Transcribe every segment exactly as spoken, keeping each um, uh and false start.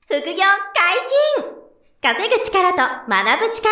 副業解禁！稼ぐ力と学ぶ力。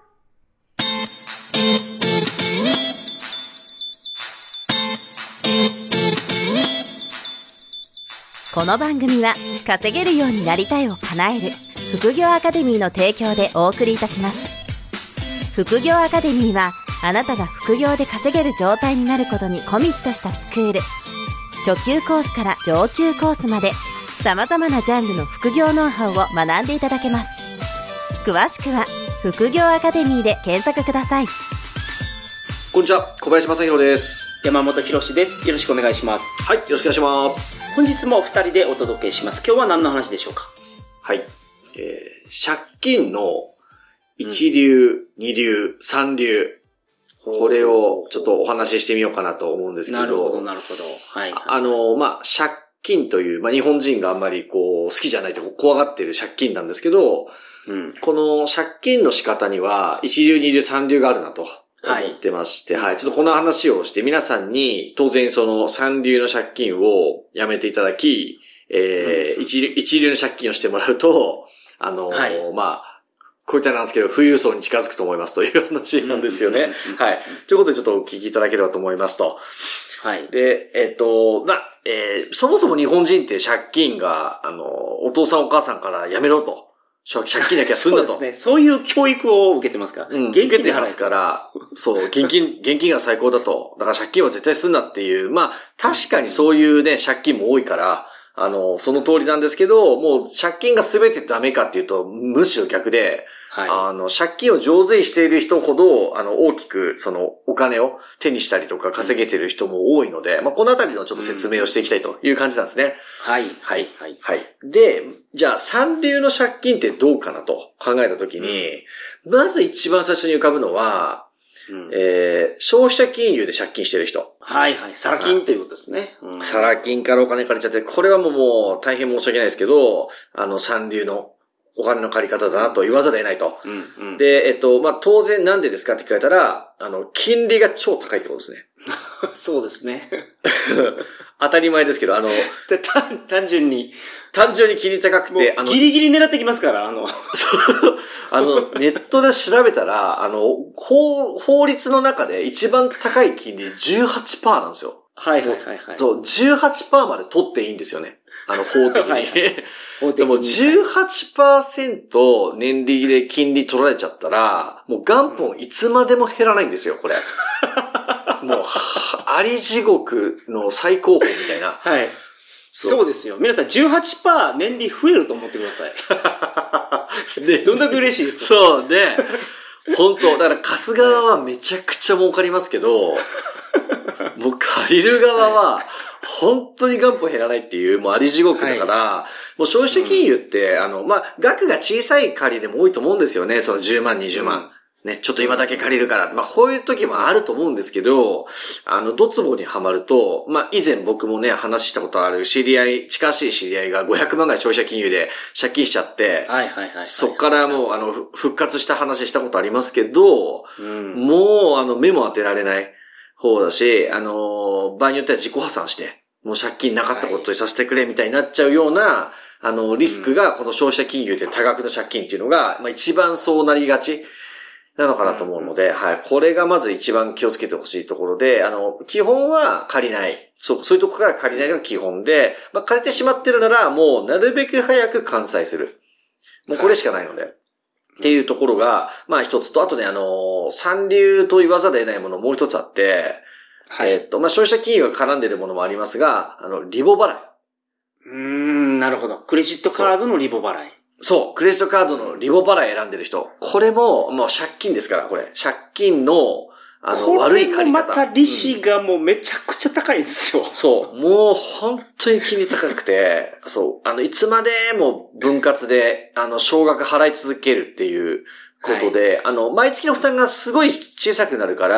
この番組は稼げるようになりたいを叶える副業アカデミーの提供でお送りいたします。副業アカデミーはあなたが副業で稼げる状態になることにコミットしたスクール。初級コースから上級コースまで様々なジャンルの副業ノウハウを学んでいただけます。詳しくは副業アカデミーで検索ください。 こんにちは、小林正弘です。 山本博史です。よろしくお願いします。 はい、よろしくお願いします。 本日もふたりでお届けします。今日は何の話でしょうか？ はい、えー、借金の一流、うん、二流、三流、これをちょっとお話ししてみようかなと思うんですけど。 なるほど、なるほど。はい、はい。 あの、まあ、借金という、まあ、日本人があんまりこう、好きじゃないと怖がっている借金なんですけど、うん、この借金の仕方には、一流、二流、三流があるなと思ってまして、はい、はい。ちょっとこの話をして皆さんに、当然その三流の借金をやめていただき、えー、うん、一流、一流の借金をしてもらうと、あの、はい、まあ、こういったなんですけど、富裕層に近づくと思いますという話なんですよね。はい。ということでちょっとお聞きいただければと思いますと。はい。で、えっと、な、えー、そもそも日本人って借金が、あの、お父さんお母さんからやめろと。借金だけはすんだと。 そうですね。そういう教育を受けてますから。 うん。現金で払うから、そう、現金、現金が最高だと。だから借金は絶対すんなっていう。まあ、確かにそういうね、借金も多いから、あの、その通りなんですけど、もう借金が全てダメかっていうと、むしろ逆で、はい、あの、借金を上手にしている人ほど、あの、大きく、その、お金を手にしたりとか稼げている人も多いので、うん、まあ、このあたりのちょっと説明をしていきたいという感じなんですね。 はい。 はい。はい。はい。で、じゃあ、三流の借金ってどうかなと考えたときに、うん、まず一番最初に浮かぶのは、うん、えー、消費者金融で借金してる人。 はいはい。サラ金ということですね。 うん、サラ金からお金借りちゃって、これはもうもう大変申し訳ないですけど、あの、三流のお金の借り方だなと言わざるを得ないと。うんうん、で、えっと、まあ、当然なんでですかって聞かれたら、あの、金利が超高いってことですね。 そうですね。 当たり前ですけど、あの、 単純に。 単純に金利高くて、 あの、ギリギリ狙ってきますから、あの、 あの、ネットで調べたら、あの、法、法律の中で一番高い金利 じゅうはちパーセント なんですよ。 はいはいはい、はい。 そう、じゅうはちパーセント まで取っていいんですよね。あの、法的に。はいはい、法的にでも じゅうはちパーセント 年利で金利取られちゃったら、もう元本いつまでも減らないんですよ、これ。もう、あり地獄の最高峰みたいな。 はい。そう。そうですよ。皆さん じゅうはちパーセント 年利増えると思ってください。で、どんだけ嬉しいですか？ そうで、本当だから貸す側はめちゃくちゃ儲かりますけど、もう借りる側は、本当に元本減らないっていう、もうあり地獄だから、はい、もう消費者金融って、うん、あの、まあ、額が小さい借りでも多いと思うんですよね。そのじゅうまん、にじゅうまん。うんね、ちょっと今だけ借りるから。まあ、こういう時もあると思うんですけど、あの、ドツボにはまると、まあ、以前僕もね、話したことある知り合い、近しい知り合いがごひゃくまんぐらい消費者金融で借金しちゃって、 はいはいはい、はい。 そっからもう、あの、復活した話したことありますけど、うん、もう、あの、目も当てられない方だし、あの、場合によっては自己破産して、もう借金なかったことにさせてくれみたいになっちゃうような、はい、あの、リスクがこの消費者金融で多額の借金っていうのが、まあ、一番そうなりがち。なのかなと思うので、うんうん、はい。これがまず一番気をつけてほしいところで、あの、基本は借りない。そう、そういうところから借りないのが基本で、まあ、借りてしまってるなら、もうなるべく早く完済する。もうこれしかないので。はい、っていうところが、まあ一つと、あとね、あの、三流と言わざるを得ないものもう一つあって、はい。えっと、まあ消費者金融が絡んでいるものもありますが、あの、リボ払い。 うーん、なるほど。クレジットカードのリボ払い。 そう、クレジットカードのリボ払い選んでる人。これも、もう借金ですから、これ。借金の、あの、悪い借り方。 これもまた利子がもうめちゃくちゃ高いんですよ。 うん、そう、もう本当に金利高くて、そう、あの、いつまでも分割で、あの、少額払い続けるっていうことで、はい、あの、毎月の負担がすごい小さくなるから、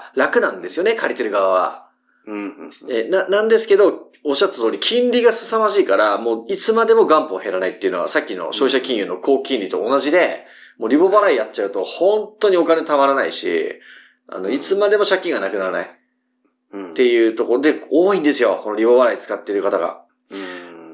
楽なんですよね、借りてる側は。うんうんうん、えな、なんですけど、おっしゃった通り、金利が凄まじいから、もういつまでも元本減らないっていうのは、さっきの消費者金融の高金利と同じで、もうリボ払いやっちゃうと、本当にお金貯まらないし、あの、いつまでも借金がなくならない。っていうところで、多いんですよ、このリボ払い使ってる方が。 うん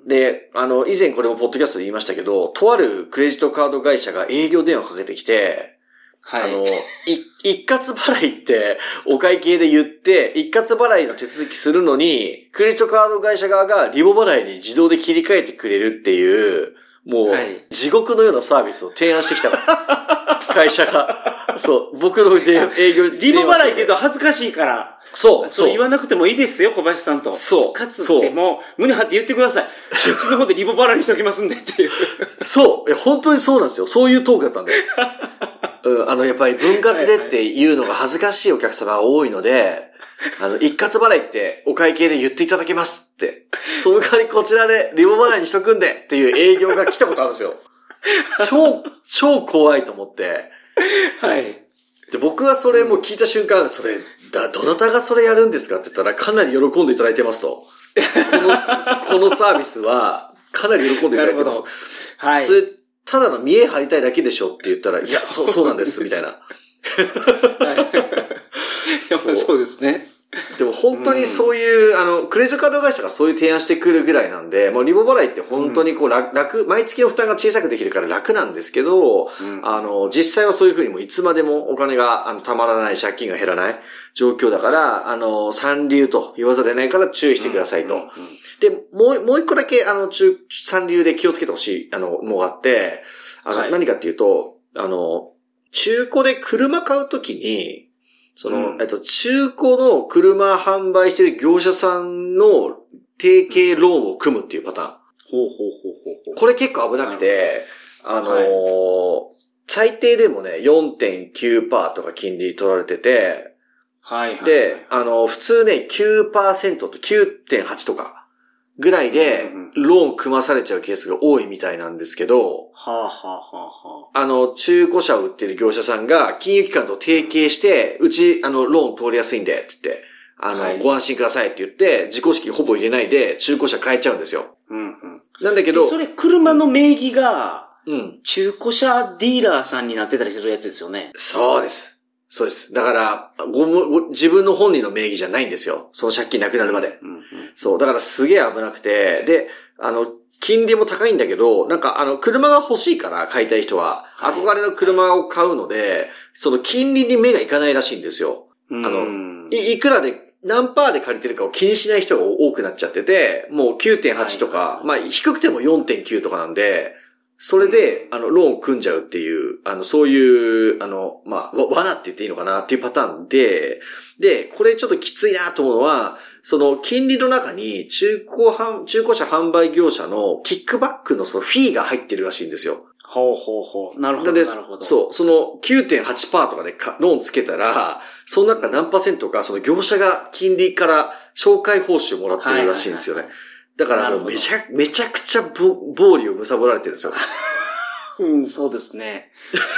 で、あの、以前これもポッドキャストで言いましたけど、とあるクレジットカード会社が営業電話かけてきて、はい。あの、い、一括払いってお会計で言って、一括払いの手続きするのに、クレジットカード会社側がリボ払いに自動で切り替えてくれるっていう、もう、はい、地獄のようなサービスを提案してきた会社が。そう、僕ので営業リボ払いって言うと恥ずかしいから。 そう、 そう。言わなくてもいいですよ、小林さんと。 そう。 かつってもう、胸張って言ってください。うちの方でリボ払いにしておきますんでっていう。 そう。本当にそうなんですよ。そういうトークだったんで。うん、あの、やっぱり分割でっていうのが恥ずかしいお客様が多いので、あの、一括払いってお会計で言っていただけますって。その代わりこちらでリボ払いにしとくんでっていう営業が来たことあるんですよ。超、超怖いと思って。 はい。 で、僕はそれも聞いた瞬間、それ、だ、どなたがそれやるんですかって言ったらかなり喜んでいただいてますと。この、このサービスはかなり喜んでいただいてます。 はい。 それ、ただの見え張りたいだけでしょって言ったら、いや、そう、そうなんです、みたいな。はい。 やっぱりそうですね。 でも本当にそういう、うん、あの、クレジットカード会社がそういう提案してくるぐらいなんで、もうリボ払いって本当にこう楽、楽、毎月の負担が小さくできるから楽なんですけど、うん、あの、実際はそういうふうにもいつまでもお金が、あの、たまらない、借金が減らない状況だから、あの、三流と言わざるを得ないから注意してくださいと。うんうんうん、で、もう、もう一個だけ、あの、中、三流で気をつけてほしい、あの、のがあって、あの、はい、何かっていうと、あの、中古で車買うときに、その、うん、えっと、中古の車販売している業者さんの提携ローンを組むっていうパターン。 ほうほうほうほうほう。 これ結構危なくて、あのーはい、最低でもね、よんてんきゅうパーセント とか金利取られてて、 はいはいはい、 で、あの、普通ね、きゅうパーセント と きゅうてんはち とかぐらいで、ローン組まされちゃうケースが多いみたいなんですけど、 はあ、はあはあはあ、あの、中古車を売ってる業者さんが金融機関と提携して、うち、あの、ローン通りやすいんで、って言って、あの、はい、ご安心くださいって言って、自己資金ほぼ入れないで中古車買えちゃうんですよ。 うんうん。 なんだけど、 それ車の名義が、 うん。 中古車ディーラーさんになってたりするやつですよね。 そうです。そうです。だから、ごご自分の本人の名義じゃないんですよ。その借金なくなるまで。 うんうんうん、 そう。だからすげえ危なくて、で、あの、金利も高いんだけど、なんかあの、車が欲しいから買いたい人は、はい、憧れの車を買うので、その金利に目がいかないらしいんですよ。あの、い、いくらで、何パーで借りてるかを気にしない人が多くなっちゃってて、もう きゅうてんはち とか、はいはい、まあ低くても よんてんきゅう とかなんで、それで、あの、ローンを組んじゃうっていう、あの、そういう、あの、まあ、罠って言っていいのかなっていうパターンで、で、これちょっときついなと思うのは、その、金利の中に中古販、中古車販売業者のキックバックのそのフィーが入ってるらしいんですよ。 ほうほうほう。なるほど。なるほど。 そう、その きゅうてんはちパーセント とかでローンつけたら、その中何パーセントか、その業者が金利から紹介報酬もらってるらしいんですよね。はいはいはい、だからもうめちゃ、めちゃくちゃ暴利を貪られてるんですよ。 うん、そうですね。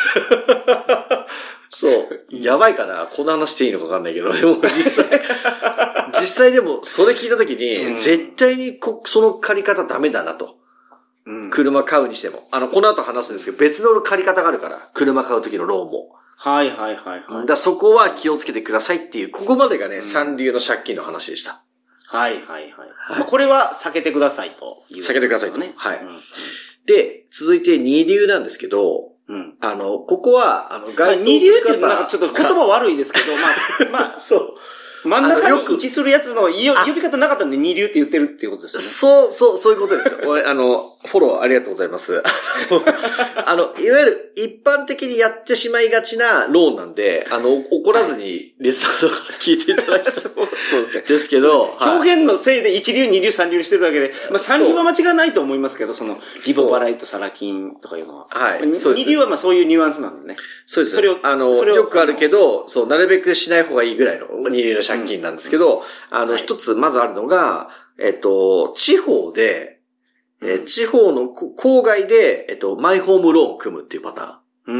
そう。やばいかな、こんな話していいのかわかんないけど、でも実際、実際でもそれ聞いたときに、うん、絶対にこその借り方ダメだなと。うん、車買うにしても。あの、この後話すんですけど、別の借り方があるから、車買うときのローンも。 はいはいはいはい。 だそこは気をつけてくださいっていう、ここまでがね、うん、三流の借金の話でした。 はいはいはい。はい、まあ、これは避けてくださいという、ね。 避けてくださいと。はい。うんうん、で、続いて二流なんですけど、 うん、 あの、ここは、あの、 該当する方、まあ、二流って言うとなんかちょっと言葉悪いですけど、まあ、まあ、そう。真ん中に位置するやつの呼び方なかったんで二流って言ってるっていうことですよね。 そう、そう、そういうことですよ。あの、フォローありがとうございます。あの、いわゆる一般的にやってしまいがちなローンなんで、あの、怒らずにリスナーの方聞いていただきたい。そうですね。ですけど、 はい、表現のせいで一流、二流、三流してるだけで、まあ三流は間違いないと思いますけど、その、リボ払いとサラ金とかいうのは。 はい。 そうです。二流はまあそういうニュアンスなんでね。 そうです。それを、あの、それをよくあるけど、そう、なるべくしない方がいいぐらいの二流の借金なんですけど、うん、あの、一、はい、つまずあるのが、えっと、地方で、えー、地方の郊外で、えっと、マイホームローンを組むっていうパターン。 うん、うん、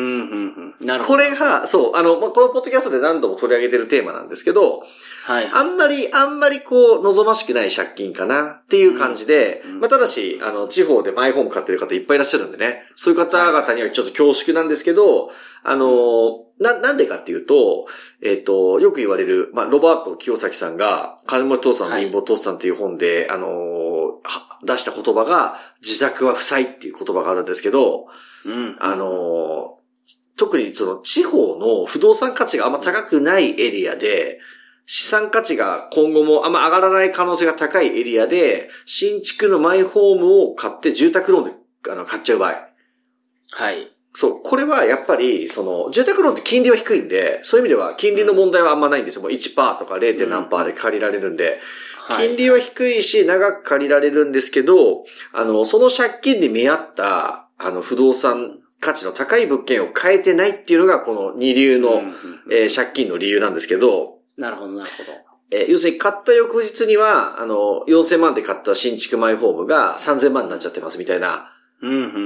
うん。なるほど。これが、そう、あの、まあ、このポッドキャストで何度も取り上げてるテーマなんですけど、はい。あんまり、あんまりこう、望ましくない借金かなっていう感じで、うん、まあ、ただし、あの、地方でマイホーム買ってる方いっぱいいらっしゃるんでね、そういう方々にはちょっと恐縮なんですけど、あの、な、なんでかっていうと、えっと、よく言われる、まあ、ロバート清崎さんが、金持ち父さんの貧乏父さんっていう本で、はい、あの、 出した言葉が、自宅は負債っていう言葉があるんですけど、 うん、 あの、特にその地方の不動産価値があんま高くないエリアで、資産価値が今後もあんま上がらない可能性が高いエリアで、新築のマイホームを買って住宅ローンであの買っちゃう場合。 はい。 そう、これはやっぱり、その、住宅ローンって金利は低いんで、そういう意味では金利の問題はあんまないんですよ。もう いちパーセント とか ゼロ. 何パーで借りられるんで、うん、金利は低いし、長く借りられるんですけど、あの、その借金に見合った、あの、不動産価値の高い物件を買えてないっていうのが、この二流の、うんうんうんえー、借金の理由なんですけど、 なるほど、なるほど。 えー、要するに買った翌日には、あの、よんせんまんで買った新築マイホームがさんぜんまんになっちゃってますみたいな。 うんうんうんうん、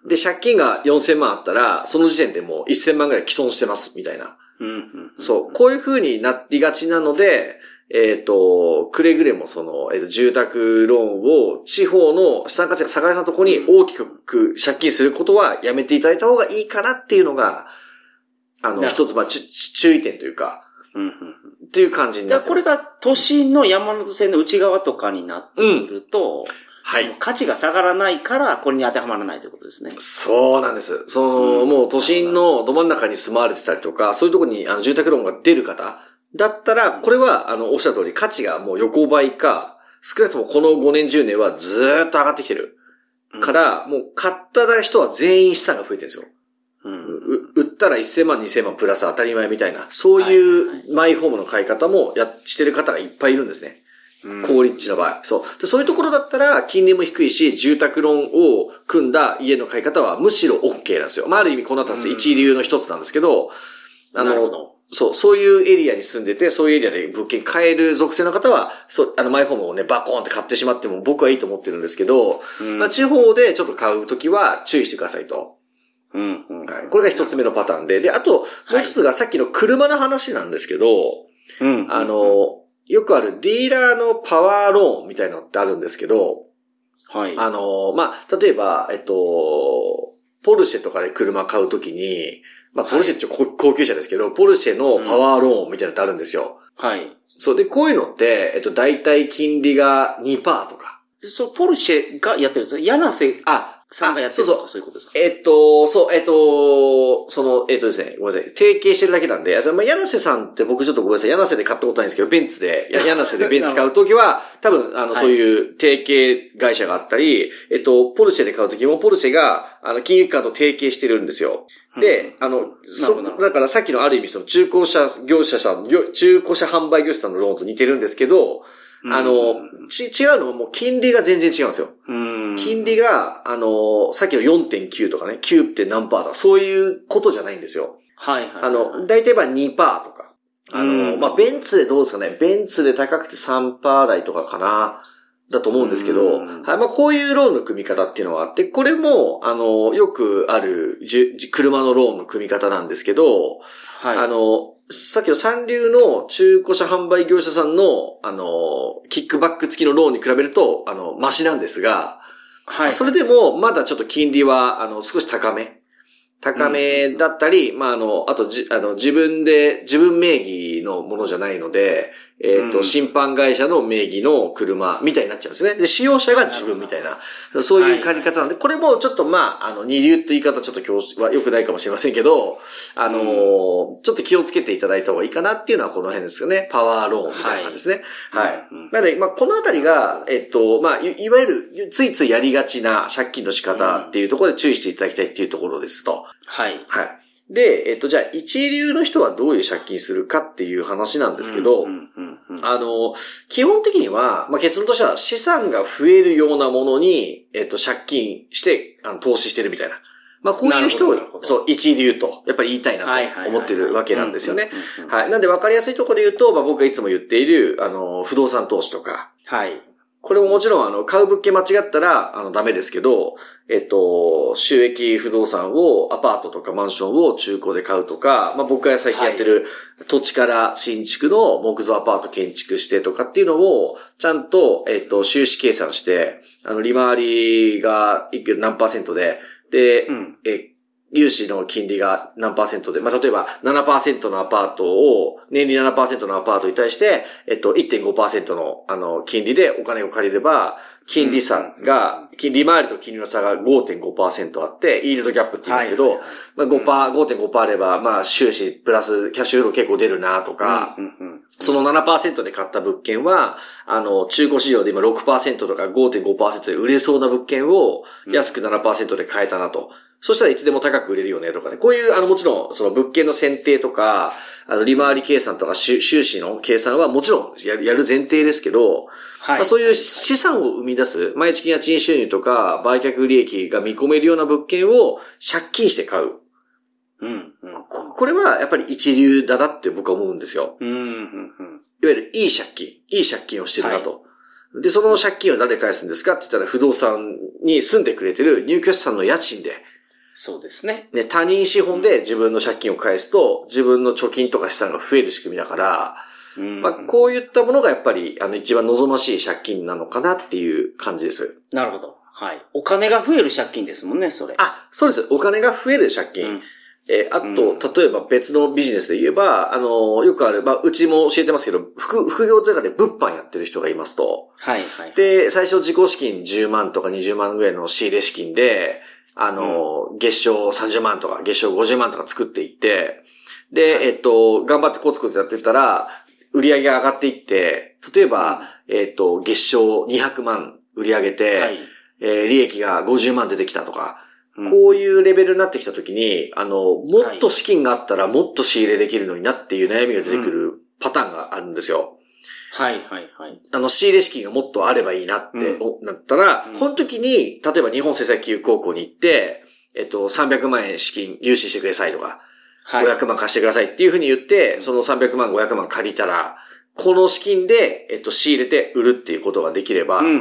で、借金がよんせんまんあったら、その時点でもうせんまんぐらい既存してます、みたいな。 うんうんうん、 そう。こういう風になりがちなので、えっ、ー、と、くれぐれもその、えっ、ー、と、住宅ローンを地方の資産価値が下がりそうなところに大きく借金することはやめていただいた方がいいかなっていうのが、あの、一つ、まあ、注意点というか、 うんうん、 っていう感じになってます。 これが都心の山手線の内側とかになってくると、うんはい。 価値が下がらないから、これに当てはまらないということですね。 そうなんです。その、うん、もう都心のど真ん中に住まわれてたりとか、そういうところにあの住宅ローンが出る方だったら、これは、あの、おっしゃる通り、価値がもう横ばいか、少なくともこのごねんじゅうねんはずーっと上がってきてる。から、うん、もう買った人は全員資産が増えてるんですよ。うん、う売ったらせんまん、にせんまんプラス当たり前みたいな、そういうマイホームの買い方もや、してる方がいっぱいいるんですね。高立地の場合。そう。で、そういうところだったら、金利も低いし、住宅ローンを組んだ家の買い方はむしろ OK なんですよ。まあ、ある意味この後は一流の一つなんですけど、あの、そう、そういうエリアに住んでて、そういうエリアで物件買える属性の方は、そう、あの、マイホームをね、バコーンって買ってしまっても僕はいいと思ってるんですけど、まあ、地方でちょっと買うときは注意してくださいと。 うんうんはい、これが一つ目のパターンで。で、あと、もう一つがさっきの車の話なんですけど、 うん、 あの、よくあるディーラーのパワーローンみたいなのってあるんですけど、 はい。 あの、まあ、例えば、えっと、ポルシェとかで車買うときに、まあ、ポルシェって高級車ですけど、はい、ポルシェのパワーローンみたいなのってあるんですよ。 はい。 そう。で、こういうのって、えっと、大体金利が にパーセント とか。 そう、ポルシェがやってるんですか？柳瀬あ、 さんがやってるとかそういうことですか？ えっと、そう、えっと、その、えっとですね、ごめんなさい。提携してるだけなんで、あまあ、柳瀬さんって僕ちょっとごめんなさい。柳瀬で買ったことないんですけど、ベンツで、柳瀬でベンツ買うときは、多分、あの、そういう提携会社があったり、えっと、ポルシェで買うときも、ポルシェが、あの、金融機関と提携してるんですよ。で、あの、そ、だからさっきのある意味、その中古車業者さん、中古車販売業者さんのローンと似てるんですけど、あの、ち、違うのはもう金利が全然違うんですよ。 うん金利が、あの、さっきの よんてんきゅう とかね、きゅう. って何パーとか、そういうことじゃないんですよ。 はいはい、はい。 あの、だいたい にパーセント とか。あの、まあ、ベンツでどうですかね、ベンツで高くて さんパーセント 台とかかな、だと思うんですけど、はい、まあ、こういうローンの組み方っていうのがあって、これも、あの、よくある、じ、車のローンの組み方なんですけど、 はい。 あの、さっきの三流の中古車販売業者さんの、あの、キックバック付きのローンに比べると、あの、マシなんですが、 はい。 それでも、まだちょっと金利は、あの、少し高め。高めだったり、うん、まあ、あの、あとじ、あの、自分で、自分名義のものじゃないので、えっと、うん、審判会社の名義の車みたいになっちゃうんですね。で、使用者が自分みたいな、そういう借り方なんで、はい、これもちょっとまあ、あの、二流って言い方ちょっと今日は良くないかもしれませんけど、あのーうん、ちょっと気をつけていただいた方がいいかなっていうのはこの辺ですよね。パワーローンみたいな感じですね。はい。はい、うん、なので、まあ、このあたりが、えっと、まあい、いわゆる、ついついやりがちな借金の仕方っていうところで注意していただきたいっていうところですと。 はい。 はい。で、えっと、じゃあ、一流の人はどういう借金するかっていう話なんですけど、 うんうんうんうん、 あの、基本的には、まあ、結論としては資産が増えるようなものに、えっと、借金して、あの、投資してるみたいな。まあ、こういう人を、そう、一流と、やっぱり言いたいなと思ってるわけなんですよね。はい。なんで分かりやすいところで言うと、まあ、僕がいつも言っている、あの、不動産投資とか。 はい。 これももちろん、あの、買う物件間違ったら、あの、ダメですけど、えっと、収益不動産を、アパートとかマンションを中古で買うとか、まあ、僕が最近やってる、土地から新築の木造アパート建築してとかっていうのを、ちゃんと、えっと、収支計算して、あの、利回りが、いく何パーセントで、で、うん、え、融資の金利が何パーセントで、まあ、例えば ななパーセント のアパートを、年利 ななパーセント のアパートに対して、えっと、いってんごパーセント の、あの、金利でお金を借りれば、 金利差が、金利回りと金利の差が ごてんごパーセント あって、イールドギャップって言いますけど、はいはいはい、まあ ごパーセント、ごてんごパーセント あれば、まあ収支プラスキャッシュフロー結構出るなとか、うんうんうん、その ななパーセント で買った物件は、あの、中古市場で今 ろくパーセント とか ごてんごパーセント で売れそうな物件を安く ななパーセント で買えたなと。そしたらいつでも高く売れるよねとかね。こういう、あの、もちろん、その物件の選定とか、あの、利回り計算とか、収支の計算はもちろんやる、やる前提ですけど、はい。まあ、そういう資産を生み出す、毎月家賃収入とか、売却利益が見込めるような物件を借金して買う。うん。うん、こ, これはやっぱり一流だなって僕は思うんですよ。うん。うん。うん。いわゆるいい借金、いい借金をしてるなと。はい、で、その借金を誰で返すんですかって言ったら、不動産に住んでくれてる入居者さんの家賃で、 そうですね。 ね、他人資本で自分の借金を返すと、自分の貯金とか資産が増える仕組みだから、うん、まあ、こういったものがやっぱり、あの、一番望ましい借金なのかなっていう感じです。 なるほど。はい。お金が増える借金ですもんね、それ。 あ、そうです。お金が増える借金。うん、えー、あと、例えば別のビジネスで言えば、あの、よくある、まあ、うちも教えてますけど、副、副業というかで物販やってる人がいますと。はい、はい。で、最初自己資金じゅうまんとかにじゅうまんぐらいの仕入れ資金で、あの、うん、月賞さんじゅうまんとか、月賞ごじゅうまんとか作っていって、で、はい、えっと、頑張ってコツコツやってったら、売り上げが上がっていって、例えば、うん、えっと、月賞にひゃくまん売り上げて、はい、えー、利益がごじゅうまん出てきたとか、うん、こういうレベルになってきたときに、あの、もっと資金があったらもっと仕入れできるのになっていう悩みが出てくるパターンがあるんですよ。 はい、はい、はい。 あの、仕入れ資金がもっとあればいいなって、うん、なったら、うん、この時に、例えば日本政策金融高校に行って、えっと、さんびゃくまんえん資金融資してくださいとか、はい、ごひゃくまん貸してくださいっていうふうに言って、そのさんびゃくまん、ごひゃくまん借りたら、この資金で、えっと、仕入れて売るっていうことができれば、うん、うん、うん、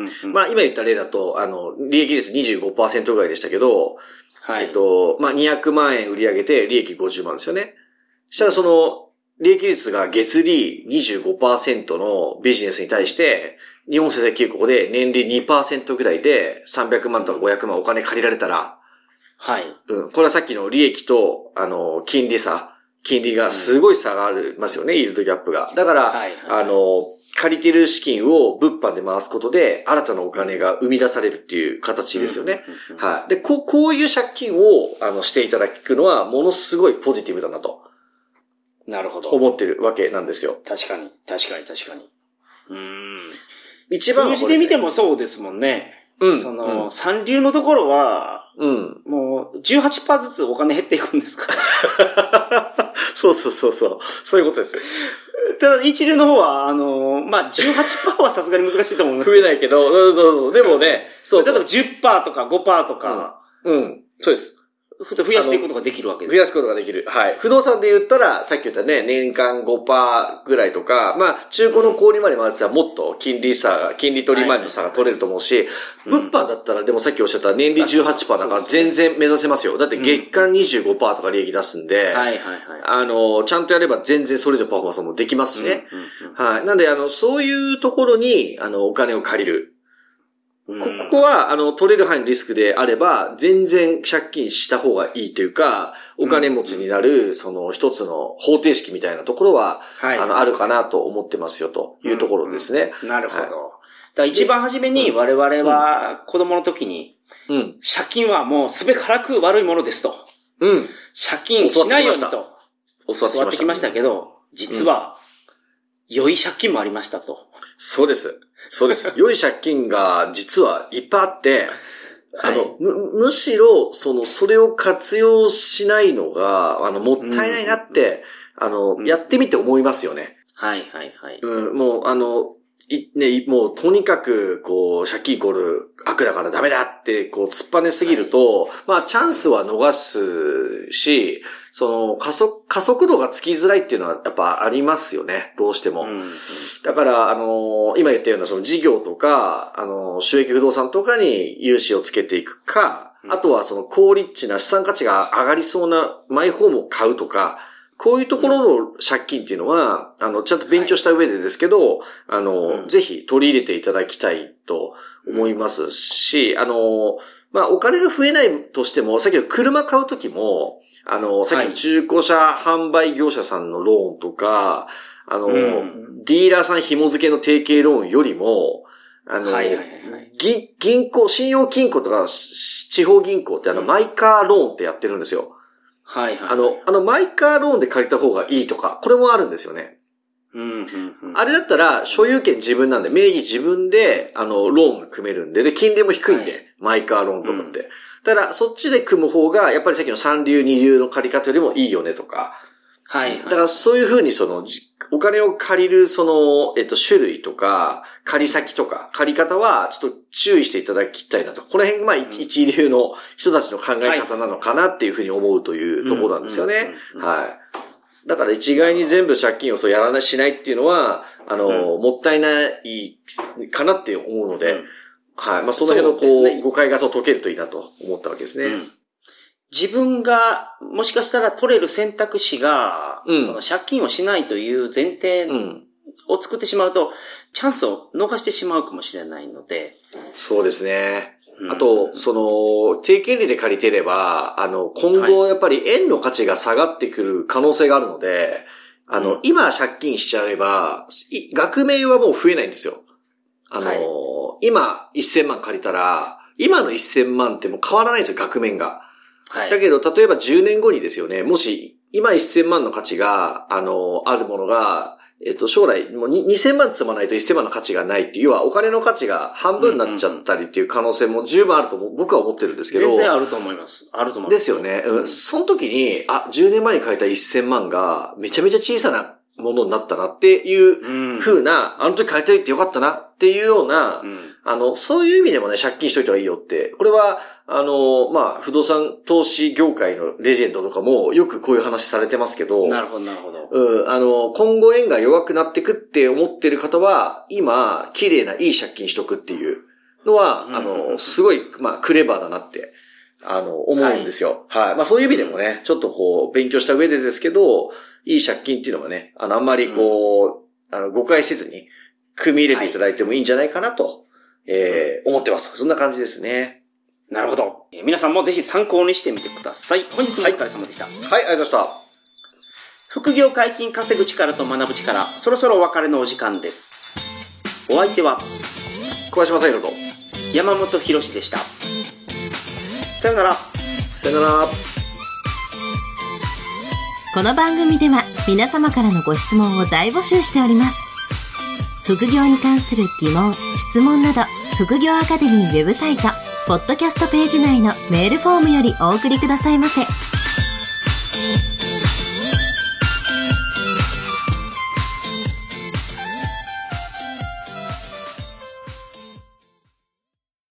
うん。まあ、今言った例だと、あの、利益率 にじゅうごパーセント ぐらいでしたけど、はい。えっと、まあ、にひゃくまんえん売り上げて利益ごじゅうまんですよね。そしたらその、利益率が月利 にじゅうごパーセント のビジネスに対して、日本政策金融高校で年利 にパーセント ぐらいでさんびゃくまんとかごひゃくまんお金借りられたら、はい。うん。これはさっきの利益と、あの、金利差、金利がすごい差がありますよね、イールドギャップが。だから、はいはい、あの、借りてる資金を物販で回すことで、新たなお金が生み出されるっていう形ですよね。はい。で、こう、こういう借金を、あの、していただくのは、ものすごいポジティブだなと。 なるほど。 思ってるわけなんですよ。 確かに、確かに、確かに。うーん。一番、ね、数字で見てもそうですもんね。うん。その、うん、三流のところは、うん。もう、じゅうはちパーセント ずつお金減っていくんですかそうそうそうそう。そういうことです。 ただ、一流の方は、あの、まあ、じゅうはちパーセント はさすがに難しいと思います。 増えないけど、そうそうそう。でもね、そうそう。 例えば じゅっパーセント とか ごパーセント とか、 うん。うん。そうです。 増やしていくことができるわけです。 増やすことができる。はい。不動産で言ったら、さっき言ったね、年間 ごパーセント ぐらいとか、まあ、中古の小売まで回ってたらもっと金利差、金利取り回りの差が取れると思うし、物販だったらでもさっきおっしゃった年利 じゅうはちパーセント だから全然目指せますよ。だって月間 にじゅうごパーセント とか利益出すんで、はいはいはい。あの、ちゃんとやれば全然それでパフォーマンスもできますしね。はい。なんで、あの、そういうところに、あの、お金を借りる。こ, ここは、あの、取れる範囲のリスクであれば、全然借金した方がいいというか、お金持ちになる、その一つの方程式みたいなところは、はい、あの、あるかなと思ってますよ、というところですね。 うんうん、なるほど。はい、だから一番初めに我々は子供の時に、うん、借金はもうすべからく悪いものですと。うん。借金しないようにと。教わってきましたけど、実は、良い借金もありましたと。 そうです。そうです。良い借金が実はいっぱいあって、あの、はい、む、むしろ、その、それを活用しないのが、あの、もったいないなって、うん、あの、うん、やってみて思いますよね。 はいはいはい。 うん、もう、あの、い、ね、もう、とにかく、こう、借金イコール悪だからダメだって、こう、突っぱねすぎると、はい、まあ、チャンスは逃すし、その、加速、加速度がつきづらいっていうのはやっぱありますよね。どうしても。うん、だから、あの、今言ったようなその事業とか、あの、収益不動産とかに融資をつけていくか、うん、あとはその高リッチな資産価値が上がりそうなマイホームを買うとか、こういうところの借金っていうのは、あの、ちゃんと勉強した上でですけど、はい、あの、うん、ぜひ取り入れていただきたいと思いますし、うん、あの、まあ、お金が増えないとしても、さっきの車買うときも、あの、さっきの中古車販売業者さんのローンとか、あの、うん、ディーラーさん紐付けの提携ローンよりも、 あの、はいはいはい、銀、銀行、信用金庫とか地方銀行ってあの、うん、マイカーローンってやってるんですよ。 はいはい、はい。 あの、あのマイカーローンで借りた方がいいとか、これもあるんですよね。 うんうんうん、 あれだったら、所有権自分なんで、名義自分で、あの、ローンが組めるんで、で、金利も低いんで、はい、マイカーローンとかって。うん、ただ、そっちで組む方が、やっぱりさっきの三流二流の借り方よりもいいよねとか。 はい、はい。 だから、そういうふうに、その、お金を借りる、その、えっと、種類とか、借り先とか、借り方は、ちょっと注意していただきたいなと。この辺、まあ、一流の人たちの考え方なのかなっていうふうに思うというところなんですよね。はい。だから一概に全部借金をそうやらないしないっていうのは、あの、うん、もったいないかなって思うので、うん、はい。まあ、その辺のこう、ね、誤解がそう解けるといいなと思ったわけですね。うん、 自分が、もしかしたら取れる選択肢が、うん、その借金をしないという前提を作ってしまうと、チャンスを逃してしまうかもしれないので。 そうですね。あと、その、低金利で借りてれば、あの、今後やっぱり円の価値が下がってくる可能性があるので、あの、うん、今借金しちゃえば、額面はもう増えないんですよ。あの、はい、今せんまん借りたら、今のせんまんってもう変わらないんですよ、額面が。はい。だけど、例えばじゅうねんごにですよね、もし、今せんまんの価値が、あの、あるものが、えっと、将来、もうにせんまん積まないとせんまんの価値がないっていう、要はお金の価値が半分になっちゃったりっていう可能性も十分あると僕は思ってるんですけど。 全然あると思います。あると思います。 ですよね。うん。その時に、あ、じゅうねんまえに借りたせんまんがめちゃめちゃ小さなものになったなっていう風な、うん、あの時借りたいってよかったなっていうような、うん、あの、そういう意味でもね、借金しといた方がいいよって。これは、あの、まあ、不動産投資業界のレジェンドとかもよくこういう話されてますけど。 なるほど、なるほど。 うん、あの、今後円が弱くなってくって思ってる方は、今、綺麗ないい借金しとくっていうのは、うん、あの、すごい、まあ、クレバーだなって、あの、思うんですよ。はい。はい。まあ、そういう意味でもね、ちょっとこう、勉強した上でですけど、いい借金っていうのはね、あの、あんまりこう、うん、あの、誤解せずに、組み入れていただいてもいいんじゃないかなと、はい、えー、思ってます。そんな感じですね。 なるほど。えー、皆さんもぜひ参考にしてみてください。本日もお疲れ様でした。はい、 はい、ありがとうございました。 副業解禁稼ぐ力と学ぶ力、そろそろお別れのお時間です。お相手は、 小林正宏と山本博史でした。さよなら。 さよなら。 この番組では皆様からのご質問を大募集しております。副業に関する疑問、質問など、副業アカデミーウェブサイト、ポッドキャストページ内のメールフォームよりお送りくださいませ。